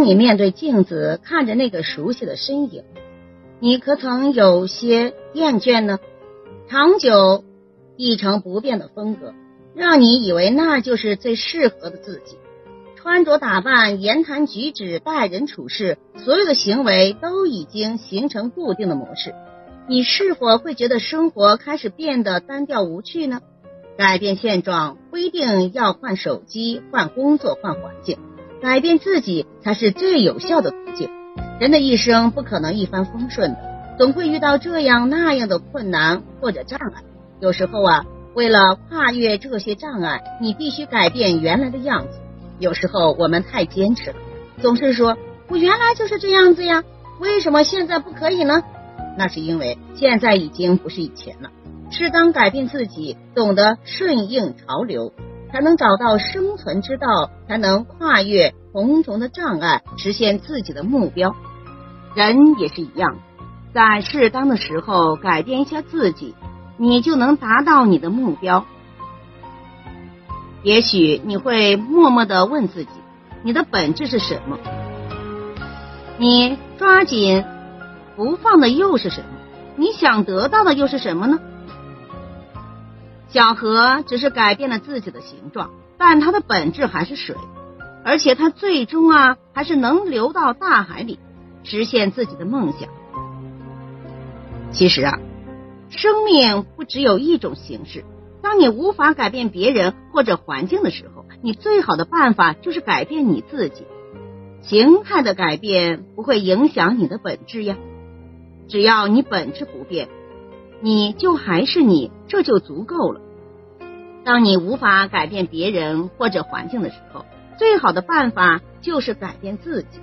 当你面对镜子，看着那个熟悉的身影，你可曾有些厌倦呢？长久一成不变的风格，让你以为那就是最适合的自己。穿着打扮、言谈举止、待人处事，所有的行为都已经形成固定的模式。你是否会觉得生活开始变得单调无趣呢？改变现状不一定要换手机、换工作、换环境，改变自己才是最有效的途径。人的一生不可能一帆风顺的，总会遇到这样那样的困难或者障碍。有时候为了跨越这些障碍，你必须改变原来的样子。有时候我们太坚持了，总是说我原来就是这样子呀，为什么现在不可以呢？那是因为现在已经不是以前了。适当改变自己，懂得顺应潮流，才能找到生存之道，才能跨越重重的障碍，实现自己的目标。人也是一样，在适当的时候改变一下自己，你就能达到你的目标。也许你会默默地问自己，你的本质是什么？你抓紧不放的又是什么？你想得到的又是什么呢？小河只是改变了自己的形状，但它的本质还是水，而且它最终还是能流到大海里，实现自己的梦想。其实生命不只有一种形式。当你无法改变别人或者环境的时候，你最好的办法就是改变你自己。形态的改变不会影响你的本质呀，只要你本质不变，你就还是你，这就足够了。当你无法改变别人或者环境的时候，最好的办法就是改变自己。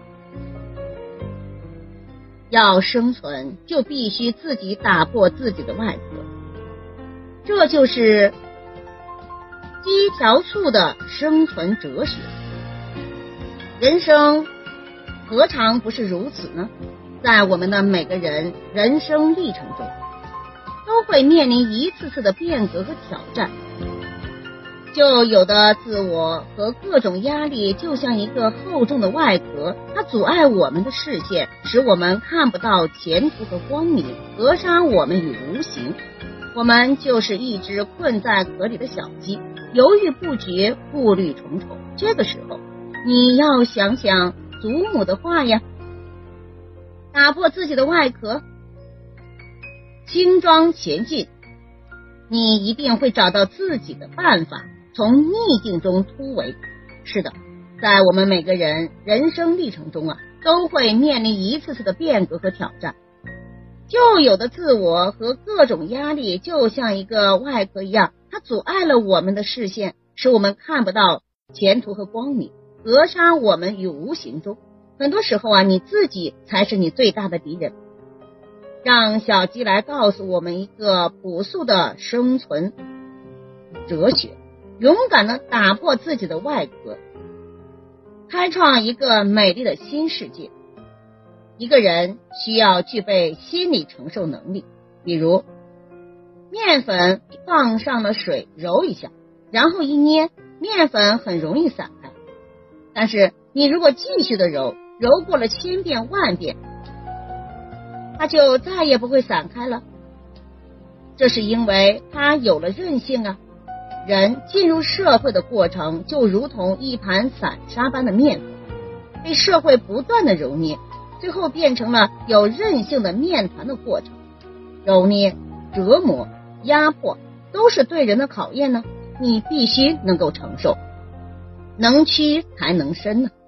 要生存，就必须自己打破自己的外壳，这就是第一条处的生存哲学。人生何尝不是如此呢？在我们的每个人人生历程中，都会面临一次次的变革和挑战。就有的自我和各种压力就像一个厚重的外壳，它阻碍我们的视线，使我们看不到前途和光明，扼杀我们于无形。我们就是一只困在壳里的小鸡，犹豫不决，顾虑重重。这个时候你要想想祖母的话呀，打破自己的外壳，轻装前进，你一定会找到自己的办法，从逆境中突围。是的，在我们每个人人生历程中都会面临一次次的变革和挑战。旧有的自我和各种压力就像一个外壳一样，它阻碍了我们的视线，使我们看不到前途和光明，扼杀我们于无形中。很多时候你自己才是你最大的敌人。让小鸡来告诉我们一个朴素的生存哲学，勇敢地打破自己的外壳，开创一个美丽的新世界。一个人需要具备心理承受能力，比如面粉放上了水揉一下，然后一捏，面粉很容易散开。但是你如果继续的揉过了千遍万遍，它就再也不会散开了。这是因为它有了韧性人进入社会的过程就如同一盘散沙般的面粉，被社会不断的揉捏，最后变成了有韧性的面团的过程。揉捏、折磨、压迫都是对人的考验呢，你必须能够承受，能屈才能伸呢。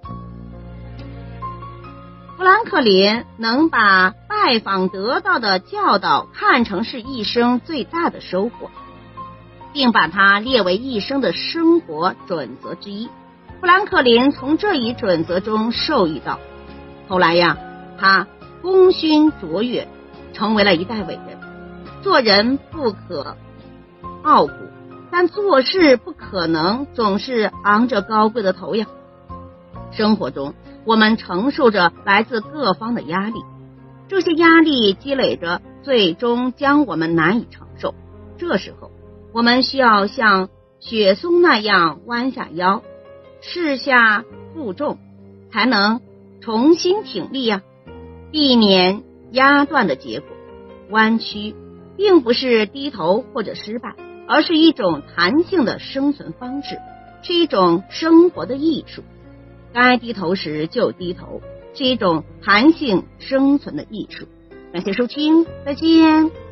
富兰克林能把拜访得到的教导看成是一生最大的收获，并把它列为一生的生活准则之一。富兰克林从这一准则中受益到，后来他功勋卓越，成为了一代伟人。做人不可傲骨，但做事不可能总是昂着高贵的头呀。生活中我们承受着来自各方的压力，这些压力积累着，最终将我们难以承受。这时候我们需要像雪松那样弯下腰，释下负重， 才能重新挺立啊，避免压断的结果。弯曲并不是低头或者失败，而是一种弹性的生存方式，是一种生活的艺术。该低头时就低头，是一种弹性生存的艺术。感谢收听，再见。